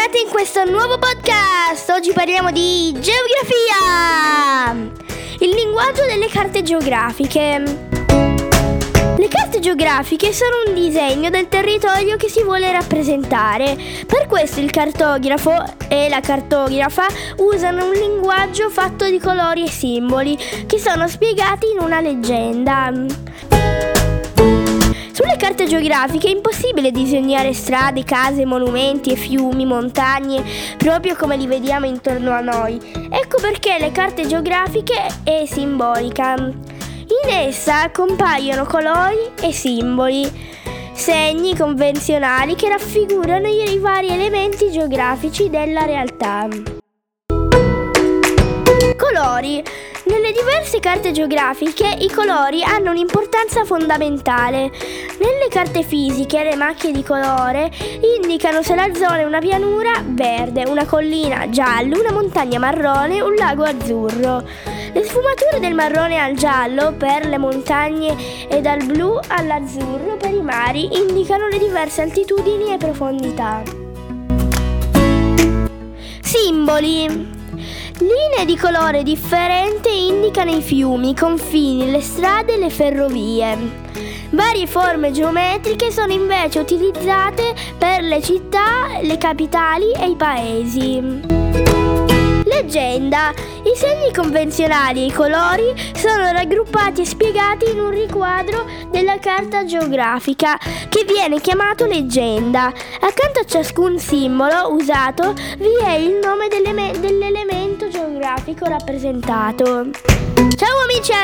bentornati in questo nuovo podcast. Oggi parliamo di geografia, il linguaggio delle carte geografiche. Le carte geografiche sono un disegno del territorio che si vuole rappresentare. Per questo il cartografo e la cartografa usano un linguaggio fatto di colori e simboli che sono spiegati in una leggenda. Sulle carte geografiche è impossibile disegnare strade, case, monumenti e fiumi, montagne, proprio come li vediamo intorno a noi. Ecco perché le carte geografiche è simbolica. In essa compaiono colori e simboli, segni convenzionali che raffigurano i vari elementi geografici della realtà. Colori. Nelle diverse carte geografiche i colori hanno un'importanza fondamentale. Nelle carte fisiche le macchie di colore indicano se la zona è una pianura verde, una collina giallo, una montagna marrone, un lago azzurro. Le sfumature del marrone al giallo per le montagne e dal blu all'azzurro per i mari indicano le diverse altitudini e profondità. Simboli. Linee di colore differente indicano i fiumi, i confini, le strade e le ferrovie. Varie forme geometriche sono invece utilizzate per le città, le capitali e i paesi. Leggenda. I segni convenzionali e i colori sono raggruppati e spiegati in un riquadro della carta geografica che viene chiamato leggenda. Accanto a ciascun simbolo usato vi è il nome dell'elemento geografico rappresentato. Ciao amici e